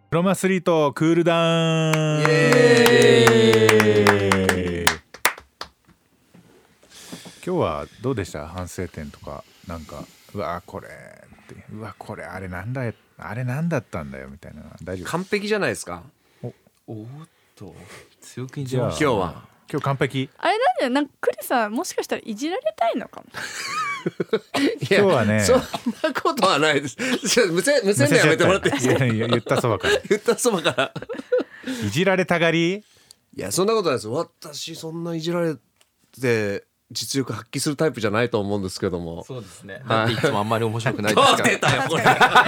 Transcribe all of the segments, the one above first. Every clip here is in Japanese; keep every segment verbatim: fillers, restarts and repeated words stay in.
フロマスリートクールダウン。イエーイ。今日はどうでした？反省点とか、なんかうわこれってうわこれあれなんだあれなんだったんだよみたいな。大丈夫？ 完璧じゃないですか。 おおっと強気にじゃあ今日は今日完璧。 あれなんだよ、なんかクリさんもしかしたらいじられたいのかも。 いや今日はねそんなことはないです。無線無線でやめてもらっていいですか。 いやいや言ったそばから言ったそばからいじられたがり。 いやそんなことないです。私そんないじられて実力発揮するタイプじゃないと思うんですけども。 そうですね。だっていつもあんまり面白くないですから。 出たよこれ。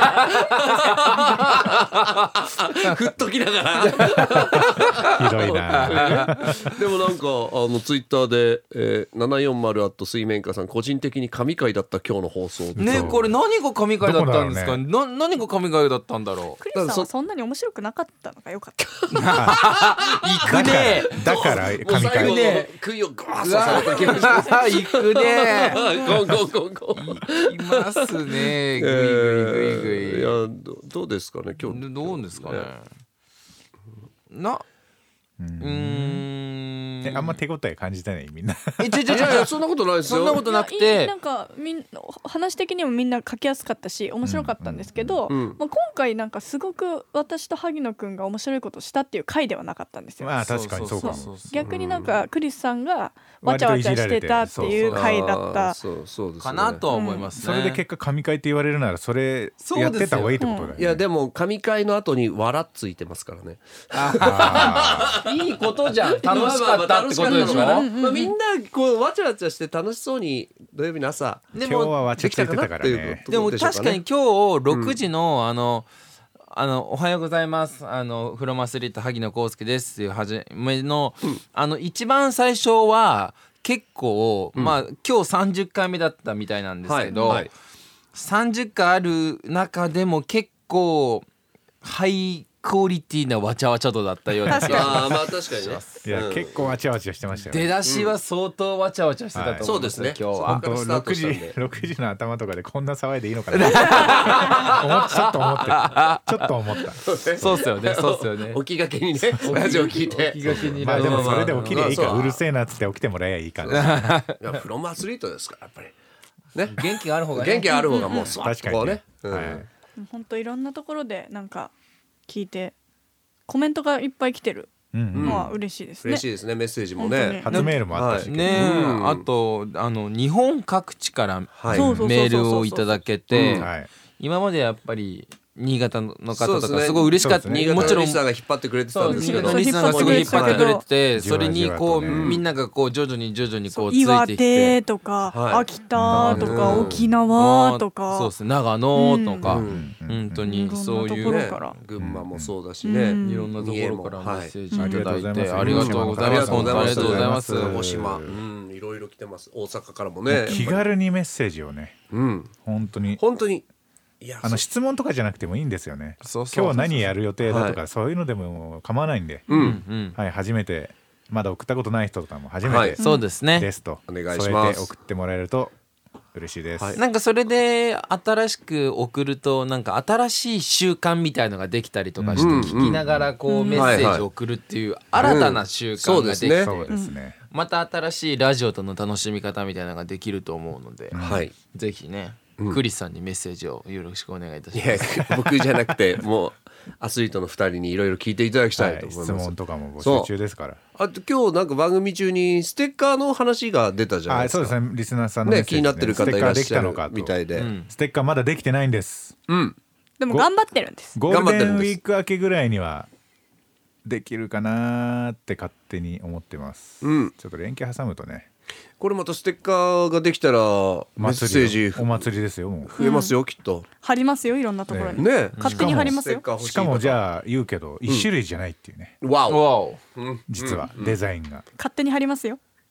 振っときながら。 ひどいな。 でもなんかあのツイッターで、えー、ななよんまるアット水面下さん個人的に神回だった今日の放送ね、これ何が神回だったんですか。 どな何が神回だったんだろう。 クリさんはそんなに面白くなかったのが良かった。 行くね。 だからもう神最後の回。 杭をガーッとされた気がします。 行くね。 ゴンゴンゴンゴン。 行きますね。ぐいぐいぐいぐい。 えーいや ど, どうですかね今日。 どうですかね。な。うーん。 えあんま手応え感じてないみんな。 えちょちょちょいやいやそんなことないですよ。 そんなことなくいやいていなんかみん話的にもみんな書きやすかったし面白かったんですけど、 うんうんうんまあ、今回なんかすごく私と萩野くんが面白いことをしたっていう回ではなかったんですよ。 まあ確かにそうかも。 そう逆になんかクリスさんがわちゃわちゃしてたっていう回だったあーそうそうですねかなとは思いますね。 それで結果神回って言われるならそれやってた方がいいってことだよね。 いやでも神回の後に笑っついてますからね。 いいことじゃん。楽しかったってことでしょ。 まあみんなこうわちゃわちゃして楽しそうに土曜日の朝で今日はもわちゃついてたからね。 でも確かに今日ろくじのあのあのおはようございますあのフロマスリート萩野公介ですっていうはじめの、うん、あの一番最初は結構、うん、まあ今日さんじゅっかいめだったみたいなんですけど、はいはい、さんじゅっかいある中でも結構ハイクオリティなわちゃわちゃ度だったような気がします。 あまあ確かにね。 いや、うん、結構わちゃわちゃしてましたよ、ね。 出だしは相当わちゃわちゃしてたと思うんですよ、 はい、 今日は。 本当ろくじろくじの頭とかでこんな騒いでいいのかな。ちょっと思ってちょっと思った。 そうっすよね、そうっすよね。 起きがけにねラジオ聞いて。 起きがけにまあでもそれで起きりゃいいからうるせえなっつって起きてもらえばいいから。 いやフロムアスリートですからやっぱり。ね、 元気がある方がね。 元気ある方がもうスワッとこうね。 本当いろんなところでなんか聞いて。コメントがいっぱい来てるのは嬉しいですね。 嬉しいですね。メッセージもね。 初メールもあったしね。あとあの日本各地からメールをいただけて、今までやっぱり新潟の方とかすごい嬉しかった。 もちろんリスナーが引っ張ってくれてたんですけど、 リスナーがすごい引っ張ってくれてて、それにこうみんながこう徐々に徐々にこうついてきて、 岩手とか秋田とか沖縄とか、 そうですね、長野とか本当にそういう群馬もそうだしね、 いろんなところからメッセージいただいてありがとうございます。本当ありがとうございます。 鹿児島、いろいろ来てます。大阪からもね。 気軽にメッセージをね、本当に本当に。 いやあの質問とかじゃなくてもいいんですよね。今日は何やる予定だとか、はい、そういうのでも構わないんで、 うんはい、初めてまだ送ったことない人とかも初めて、はい、 そうですねですとお願いします。 添えて送ってもらえると嬉しいです、 はい、なんかそれで新しく送るとなんか新しい習慣みたいのができたりとかして、聞きながらこうメッセージを送るっていう新たな習慣ができて、 そうですね、 また新しいラジオとの楽しみ方みたいなのができると思うので、 はい、 ぜひねクリスさんにメッセージをよろしくお願いいたします。 いや僕じゃなくてもうアスリートのふたりにいろいろ聞いていただきたいと思います、 はい、質問とかも募集中ですから。 あと今日なんか番組中にステッカーの話が出たじゃないですか。 あ、そうですね、リスナーさんのメッセージ、ね、 ね、気になってる方いらっしゃるみたいで、うん、 ステッカーまだできてないんです、 うん、 でも頑張ってるんです。 ゴールデンウィーク明けぐらいにはできるかなって勝手に思ってます、うん、ちょっと連携挟むとね、 これまたステッカーができたらメッセージお祭りですよ、もう増えますよ、うん、きっと貼りますよ、いろんなところに、 ね、 勝手に貼りますよ。 しかもじゃあ言うけど一種類じゃないっていうね、 うん、わお、 実はデザインが、 勝手に貼りますよ。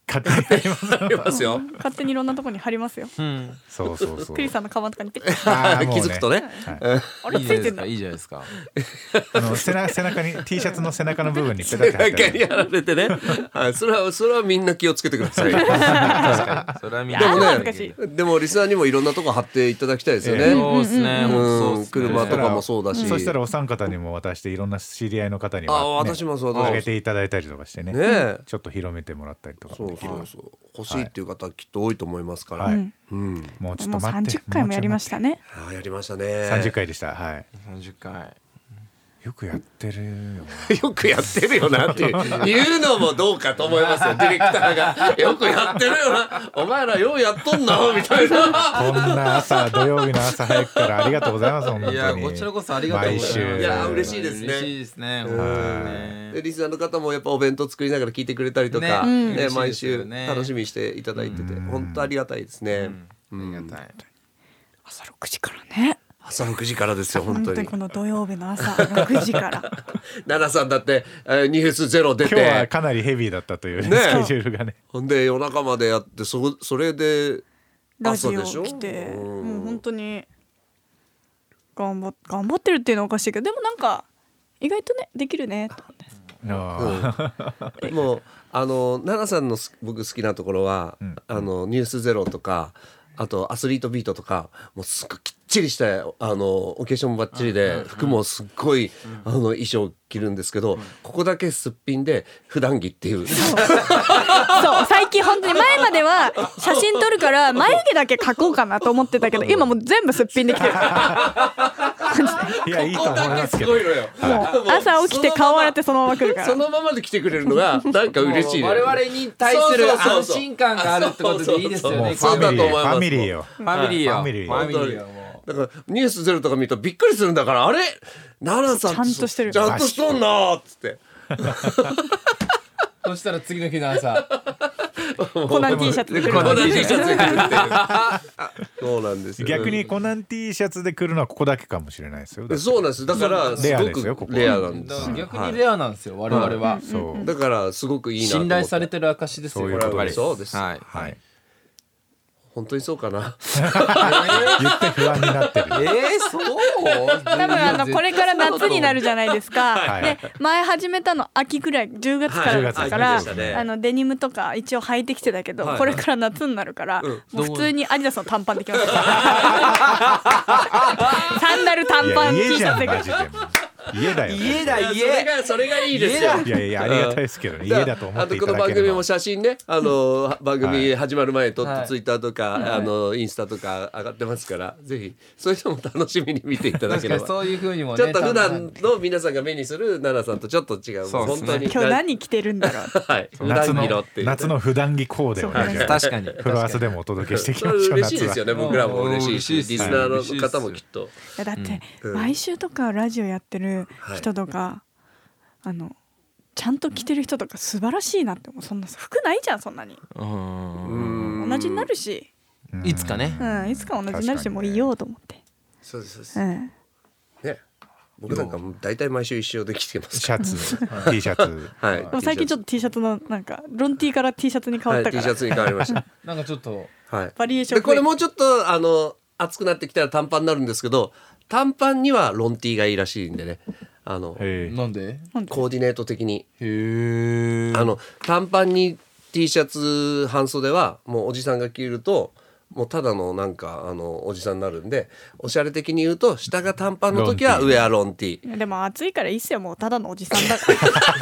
勝手に貼りますありますよ。 勝手にいろんなところに貼りますよ。 うんそうそうそうクリスさんのカバンとかにピッてあーもうね気づくとね。 はいあれいいついてんだ。 じゃないですかいいじゃないですかあの背中背中に T シャツの背中の部分にペタ背ッて貼って中にやられてね。はい、それはそれはみんな気をつけてください。 確かにそれはみんなでもね恥恥ずかしいでもリスナーにもいろんなとこ貼っていただきたいですよね。 そうですねうん本当そうっすね車とかもそうだし。 そしたらお三方にも渡していろんな知り合いの方にあは、ね、 私もそうだあげていただいたりとかしてねねえ。 ちょっと広めてもらったりとかそうもできるそうそう。欲しいっていう方はきっと多いと思いますから。 はいうんうん。 もうちょっもうと待ってさんじゅっかいもやりましたね。 あーやりましたね。 さんじゅっかいでしたはいさんじゅっかいよくやってるよよくやってるよなって言うのもどうかと思いますよ。ディレクターがよくやってるよな。お前らようやっとんなみたいな。 こんな朝土曜日の朝早くからありがとうございます本当にいやこちらこそありがとうございます毎週いや嬉しいですね嬉しいですね本当にねでリスナーの方もやっぱお弁当作りながら聞いてくれたりとか、 ねねうん嬉しいですよ毎週ね楽しみにしていただいてて本当ありがたいですね。 うんありがたい朝ろくじからね。 朝ろくじからですよ本当に本当に。この土曜日の朝ろくじから。 奈良さんだって、えー、ニュースゼロ出今日はてかなりヘビーだったという、ねねスケジュールがねほんで夜中までやってそそれでラジオ朝でしょ来て、 うんもう本当に頑張っ頑張ってるっていうのはおかしいけど、でもなんか意外とねできるねと思って。 あーもうあの奈良さんのす僕好きなところは、 んあのニュースゼロとかあとアスリートビートとかもうすっごいきっちりしたあのお化粧もバッチリで服もすっごいあの衣装着るんですけど、ここだけすっぴんで普段着っていうそう最近本当に前までは写真撮るから眉毛だけ描こうかなと思ってたけど、今もう全部すっぴんできてる。 いやいいとここだけ思いますけどすごいのよ。 もう朝起きて顔洗ってそのまま来るから。 そのままで来てくれるのがなんか嬉しいのよ。 我々に対するそうそうそうそう安心感があるってことでいいですよねもうフそうァミリーフだと思いますァミリーよファミリーよファミリーファミリーよもだからニュースゼロとか見るとびっくりするんだから、あれ奈良さんちゃんとしてるちゃんとしとんなーっつって。 そしたら次の日の朝コナン T シャツで来るこのコナン T T シャシャツツで来るっていう。そうなんですよ。 逆にコナン T シャツで来るのはここだけかもしれないですよだってそうなんです。だからすレアごですよここくレアなんです。 だから逆はいにレアなんですよ我々はそうだからすごくいいなと思って。 信頼されてる証ですよそういうことやっぱりそうですはいはい本当にそうかな。 言って不安になってるえー、そう多分あのこれから夏になるじゃないですか。 はいで前始めたの秋くらいじゅうがつからだったから、 はい秋でしたねあのデニムとか一応履いてきてたけど、 はいこれから夏になるから、 うんもう普通にアディダスの短パンできます。サンダル短いパンや家 T シじゃんャツで来る。 マジでもう家だよ家だそれ家がそれがいいですよ。 いやいやありがたいですけどね家だと思っていただあとこの番ければ組も写真ね、あの番組始まる前撮っはいてツイッターとか、あのインスタとか上がってますから、ぜひそういうのも楽しみに見ていただければ。 確かにそういう風にもねちょっと普ちゃ段んとの皆さんが目にする奈良さんとちょっと違う。 そうですね本当に今日何着てるんだろう。 はい普夏段着ののっていうね。 夏の普段着コーデをねじゃあ確かにフロアスでもお届けしていきそれましょう嬉しいですよね。僕らも嬉しいし、 嬉しいっすリスナーの方もきっと。 いやだって、 うん毎週とかラジオやってる人とか、あのちゃんと着てる人とか素晴らしいなって思う。そんな服ないじゃんそんなに。 うーんうん同じになるし、 いつかねうん、いつか同じになるし、 確かにねもういいよと思って。 そうですそうです。 うん。 ね、僕なんかもう大体毎週一緒で着てますシャツ T シャツはい。 でも最近ちょっと T シャツのなんかロン T から T シャツに変わはい、 った T から、 シャツに変わりました。 なんかちょっとはい。 バリエーションでこれもうちょっとあの暑くなってきたら短パンになるんですけど、短パンにはロン T がいいらしいんでね、あのへえなんでなんでコーディネート的に、 へえあの短パンに T シャツ半袖はもうおじさんが着るともうただのなんかあのおじさんになるんで、おしゃれ的に言うと下が短パンの時はロン T 上はロン T。 でも暑いからいいっすよ、もうただのおじさんだから。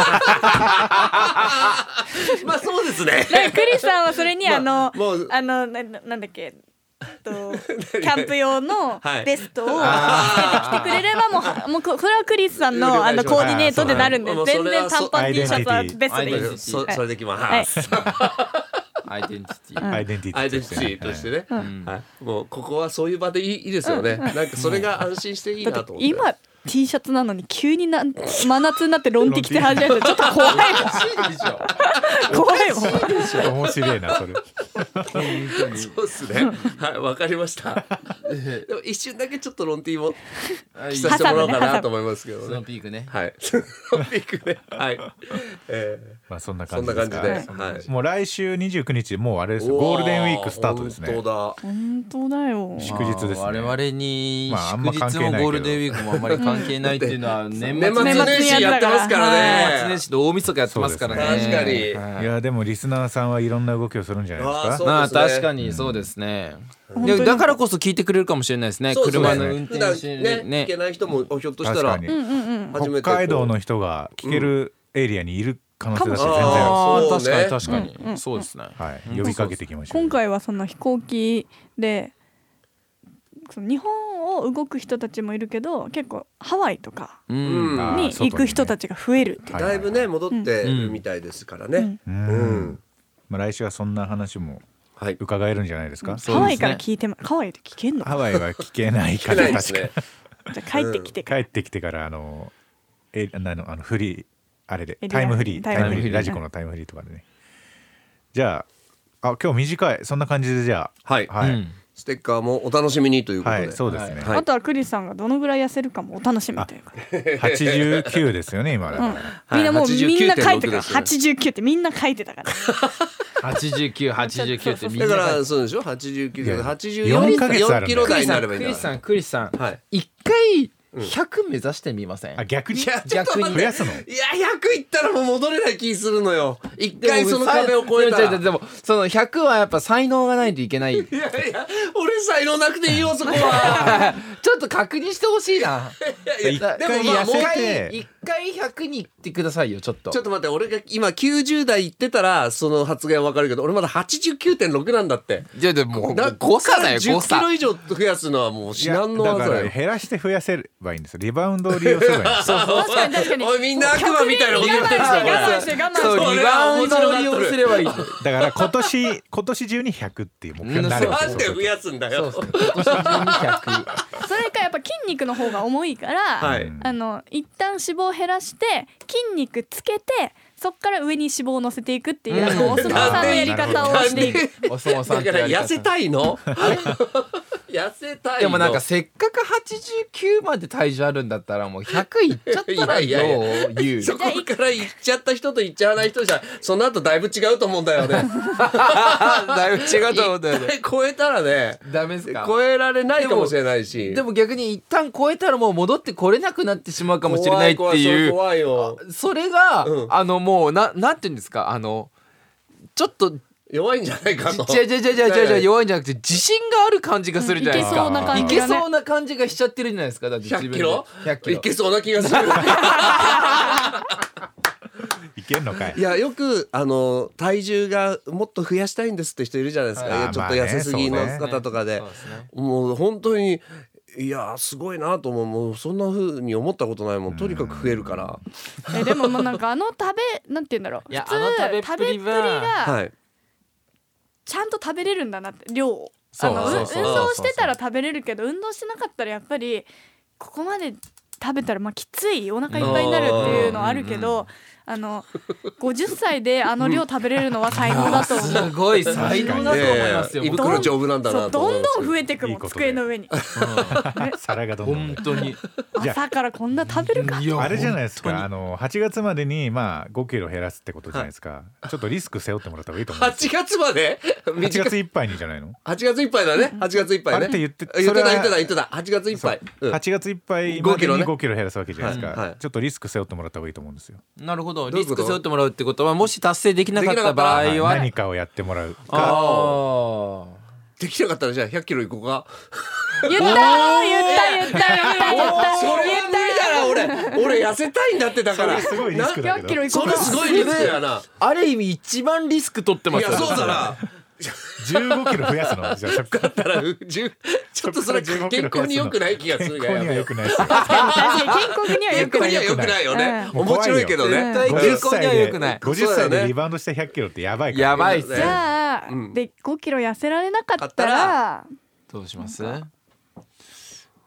まあそうですね。 でクリスさんはそれにあの、 もうあのななんだっけとキャンプ用のはいベストをつけてきてくれればもうはもうこそれはクリスさんのあのコーディネートでなるんで、 あーそう全然短パン T シャツはベストでいいアイデンティティです。 そそれできます。 アイデンティティアイデンティティアイデンティティとしてね、 んはい、もうここはそういう場でいいいいですよね、なんかそれが安心していいなだと思って。 って今 T シャツなのに急にな真夏になってロンティ着て始めるとちょっと怖いもん。 いいでしょ怖いもん。 面白いなそれ。 そうっすね。はいわかりました。でも一瞬だけちょっとロンティーも着させてもらおうかなと思いますけどスノね。 ーピークね。 はい。スノーピークね。はい。えまあそんなー、そんな感じですか。 感じで。はい。 もう来週にじゅうくにちもうあれですよ、ゴールデンウィークスタートですね。 本当だ。 本当だよ。 祝日ですね。 我々にまああんま祝日関係ないけどもゴールデンウィークもあんまり関係ないっていうのは年年末末年始やってますから年末ね年。始と大晦日やってますからね。 そうですね確かにはいいやでもリスナーさんはいろんな動きをするんじゃないですか。 あーそうまあですね確かにそうですね。 本当にいやだからこそ聞いてくれるかもしれないですね。 そうですね車の運普段転手ねね聞けない人もひょっとしたら確かにうんうんうん。 初めてこう北海道の人が聞けるエリアにいる可能性だってかも全然ある。 あーそうね確かに確かに、 うんうんそうですね。 はい、呼びかけていきましょう。 今回はその飛行機でその日本を動く人たちもいるけど結構ハワイとかうんうんあーに行く人たちが増えるっていう。 はいだいぶね戻ってるみたいですからね。 ううんん。 まあ来週はそんな話もはい。 伺えるんじゃないですか。 そうですねハワイから聞いてまハワイで聞けんの？ ハワイは聞けない聞けから確かないですね。 じゃあ帰ってきて帰ってきてからあのえあのあのフリーあれでエリアタイムフリータイタイムフリームフリーラジコのタイムフリーとかでね。じゃああ今日短いそんな感じでじゃあはい。 はい、 うんステッカーもお楽しみにということで。 はい、そうですね、 はいあとはクリスさんがどのぐらい痩せるかもお楽しみというか、 はちじゅうきゅうですよね今だから、 みんなもうみんな書いてはちじゅうきゅうてんろくからですねはちじゅうきゅうってみんな書いてたからはちじゅうきゅう、はちじゅうきゅうってみんだかながらそうでしょ。八十九いや八十四よんかげつあるんだキロクリスさん、 台になればいいんだクリスさん、クリスさん、 はい。 一回ひゃく目指してみません？ あ逆にいやちょっと待って増やすのいや百いったらもう戻れない気するのよ。一回その壁を越えたら。いでもでもそのひゃくはやっぱ才能がないといけない。 やいや俺才能なくていいよそこは。 ちょっと確認してほしいな。 いやいやでもまあもう一回痩せ一回て一回ひゃくに行ってくださいよちょっと。 ちょっと待って俺が今きゅうじゅう代行ってたらその発言はわかるけど俺まだ はちじゅうきゅうてんろく なんだって。 じゃあでもな誤差だよじゅっ誤差。 キロ以上増やすのはもう至いや難のだから技だよ。 減らして増やせばいいんですよ。リバウンドを利用すればいいんですよ。 確かに確かにおいみんな悪魔みたいなこと言ってるんですよこれ。 我慢して我慢してそう我慢してリバウンドを利用すればいい。 だから今年今年中にひゃくっていう目標になるんですよ。 なんで増やすんだよ。 そうですね。今年中にひゃく。 それかやっぱ筋肉の方が重いから、 はいあの一旦脂肪を減らして筋肉つけてそっから上に脂肪を乗せていくっていう、あのお相撲さんのやり方をしていく。 お相撲さんだからってやり方痩せたいの痩せたいのでもなんかせっかくはちじゅうきゅうまで体重あるんだったらもうひゃくいっちゃったらいやいどう言う。 そこから行っちゃった人と行っちゃわない人じゃその後だいぶ違うと思うんだよね。 だいぶ違うと思うんだよね。 一回超えたらねダメですか？ 超えられないかもしれないし。 でも逆に一旦超えたらもう戻ってこれなくなってしまうかもしれないって怖い怖いそれいう。 怖いよ。 それが、 うんあのもうななんていうんですか、あのちょっと弱いんじゃないかと。 じゃじゃじゃじゃじゃじゃ弱いんじゃなくて自信がある感じがするじゃないですか。 うんいけそうな感いけじがねそうな感じがしちゃってるじゃないですか。だって自分でひゃっキロひゃっキロいけそうな気がする。 いけんのかいい。やよくあの体重がもっと増やしたいんですって人いるじゃないですか、 はいいやちょっと痩せすぎのまあね方とかで、 そうですね。 もう本当にいやすごいなと思う。もうそんな風に思ったことないもん。とにかく増えるから。 えでももうなんかあの食べなんて言うんだろう。 いや普通あの食べっぷりはがはい。 ちゃんと食べれるんだなって量を。 そうあのそうそう運動してたら食べれるけど運動してなかったらやっぱりここまで食べたらまあきついお腹いっぱいになるっていうのはあるけど、あのごじゅっさいであの量食べれるのは才能だと思う。 すごい才能だと思いますよ。 胃袋丈夫なんだそうどなと思いますんどん増えてくもんいいことで机の上に。 皿がどんどん本当に。 じゃあ朝からこんな食べるか。 いやあれじゃないです本当にか。あのはちがつまでにまあごキロ減らすってことじゃないですか。ちょっとリスク背負ってもらった方がいいと思うんですよ。 はちがつまではちがついっぱいにじゃないの？ はちがついっぱいだね。はちがついっぱいね。 あれって言って言ってそれはた言ってた言ってた。はちがついっぱい。うんはちがついっぱいまごキロねでにごキロ減らすわけじゃないですかはいはい。 ちょっとリスク背負ってもらった方がいいと思うんですよ。 なるほど。 どういうことリスク背負ってもらうってことはもし達成できなかった場合はいは何かをやってもらうか。 ああ。 できなかったらじゃあひゃっキロいこうか。 言った言った言った言った言ったそれは無理だな俺。俺痩せたいんだってだから。 すごいリスクだけどひゃっキロ。いこそうれか。 すごいリスクやな。 ある意味一番リスク取ってますよ。 いやそうだな。 じゅうごキロ増やすの？じゃあそっからだからじゅちょっとそれ健康に良くない気がするが健康には良くないですよ。 確かに健康には良くない。 健康には良くないよね。 うん面白いけどね。 絶対健康には良くない。 ごじゅっさいそうだねでリバウンドしてひゃっキロってやばいから。 やばいっすねじゃあ、 うんでごキロ痩せられなかったかったらどうします？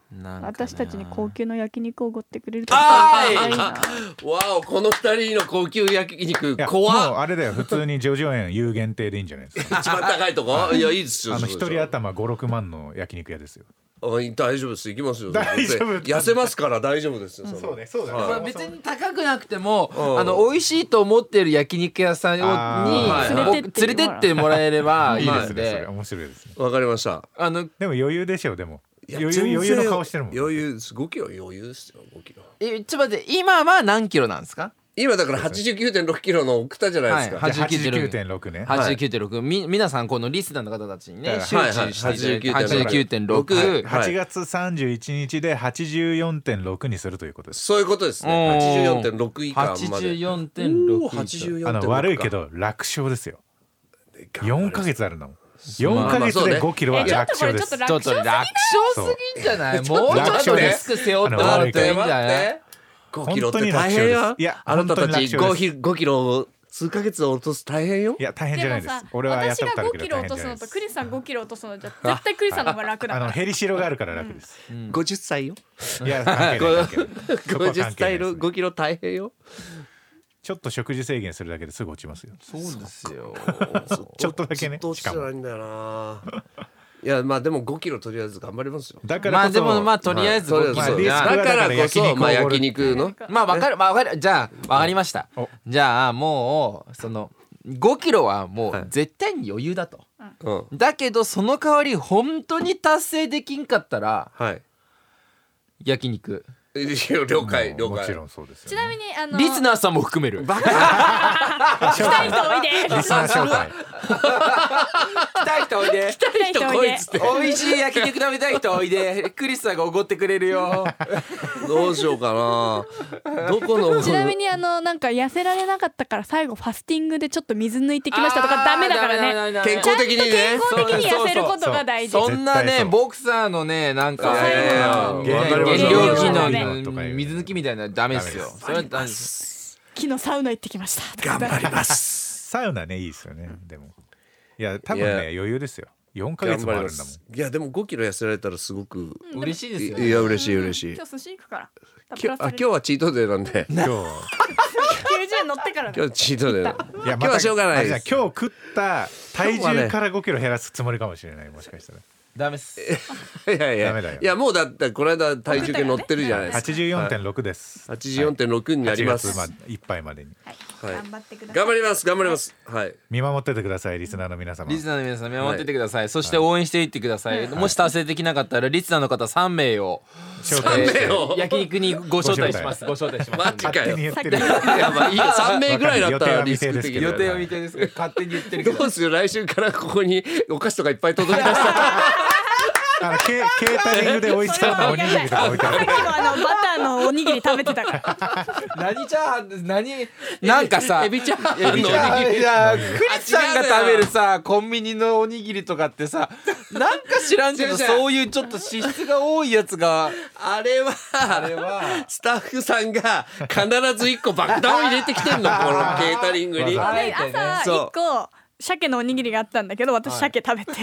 なんかな私たちに高級の焼肉をおごってくれるとあーいいな。 わお、この二人の高級焼肉いやもう怖っ。 あれだよ普通にジョジョ園有限定でいいんじゃないですか一番高いとこ、いやいいですよ。 あのそれ一人頭ごろくまんの焼肉屋ですよ。 あ大丈夫です、行きますよ。 大丈夫痩せますから大丈夫ですよ。そのそうねそうだねはいまあ別に高くなくてもうんあの美味しいと思ってる焼肉屋さんをにあー僕連れてって連れてってもらえればいいのいいですねそれで面白いですね。 わかりました。 あのでも余裕でしょでもいや余裕全然余裕の顔してるもん。 余裕です。ごキロ余裕ですよ。ごキロ。 えちょっと待って今は何キロなんですか？ 今だから はちじゅうきゅうてんろくキロの送ったじゃないですか。 はいじゃあはちじゅうきゅうてんはちじゅうろくね。 はちじゅうきゅうてんろく、み皆さんこのリスナーの方たちにねはい周知していただいてはいはちじゅうきゅうてんろく、 はいはちがつさんじゅういちにちではちじゅうよんてんろくにするということです。 そういうことですね。 うんはちじゅうよんてんろく以下まで。 はちじゅうよんてんろくおーはちじゅうよんてんろくあの悪いけど楽勝ですよ。よんかげつあるんだもん。よんかげつでまあまあそうねごキロはえちょっとこれ楽勝です。 ちょっと楽勝すぎんじゃない？もうちょっとリスク背負ってもらっていいんじゃない？ ごキロって大変よ。 いやあなたたち本当に楽勝ですごキロを数ヶ月落とす大変よい。や大変じゃないですでもさ。 俺はやっ私がごたことあるけキロ落とすのど大変じゃないです。 とクリスさんごキロ落とすのじゃ絶対クリスさんの方が楽だあから。 のヘリシロがあるから楽です。 ごじゅっさいよ。 いや関係ない関係ない。そこはごじゅっ関係ないですさいのごキロ大変よ。 ちょっと食事制限するだけですぐ落ちますよ。 そうですよ。 ちょっとだけねずっと落ちてしかもないんだよな。いやまあでもごキロとりあえず頑張りますよ。 だからこそまあでもまあとりあえずごキはいロじゃあまあリスクだからこそまあ焼焼肉のまあわかるまあわかるじゃあわかりましたお。 じゃあもうそのごキロはもはいう絶対に余裕だと。 うんだけどその代わり本当に達成できんかったらはい。 焼肉。 いや了解了解。 もちろんそうですよちなみにあのリスナーさんも含める。 バカ。 来たい人おいで。 リスナー紹介来たい人おいで。 来たい人おいで。 美味しい焼肉食べたい人おいで。クリスさんがおごってくれるよ。 どうしようかな。どこの。 ちなみにあのなんか痩せられなかったから最後ファスティングでちょっと水抜いてきましたとかダメだからね。 健康的にね。 健康的に痩せることが大事。 そんなね絶対そうボクサーのねなんかいやいやいやねわかります減量期わかりますの水抜きみたいなのダメですよ。それはダメです。 昨日サウナ行ってきました。 頑張ります。 サウナねいいですよねでもいや多分ねいや余裕ですよよんかげつもあるんだもん。 いやでもごキロ痩せられたらすごく嬉しいですよいね。 や嬉しい嬉しい。 今日寿司行くから。 今日あ今日はチートデーなんで。 今日きゅうじゅうえん乗ってからね。 今日チートデーだ。 いや今日はしょうがないあじゃあです。 今日食った体重からごキロ減らすつもりかもしれないもしかしたらダメっす。 いやいやダメだよいやもうだってこの間体重計乗ってるじゃないですか。 はちじゅうよんてんろくですはちじゅうよんてんろくになります。 はちがつまいっぱいまでにはいはい頑張ってください。 頑張ります頑張ります。はい。 見守っててくださいリスナーの皆様リスナーの皆さん見守っててください。そして応援していってください。もし達成できなかったらリスナーの方さんめいを招待してさんめいを焼肉にご招待します。ご招待します。 マジかよ。 勝手に言ってるやばいいよさんめいぐらいだったらリスク的に予定は未定ですけど予定を見てですけど勝手に言ってるけどどう。する来週からここにお菓子とかいっぱい届き出したらあのケケータリングで美味しそうなおにぎりとか置いてあるさっきもあのバターのおにぎり食べてたから。 何チャーハンです何なんかさエビチャーハンのエビチャーハンいやクリスさんが食べるさコンビニのおにぎりとかってさなんか知らんけど違う違うそういうちょっと脂質が多いやつがあれはあれはスタッフさんが必ずいっこ爆弾を入れてきてんのこのケータリングに。 わざで朝そう一個鮭のおにぎりがあったんだけど私鮭食べて。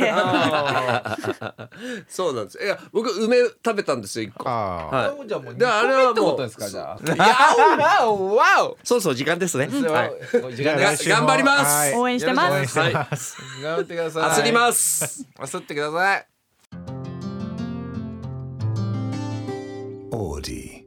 そうなんです。いや僕梅食べたんですよいっこ。 ああはい。 じゃあもうであれはもうってことですかじゃあいやわおそうそう時間ですね。はい。 時間がじゃあ来週も頑張りますはい応援してます応援してます頑張ってください焦ります。 焦ってくださいオーディ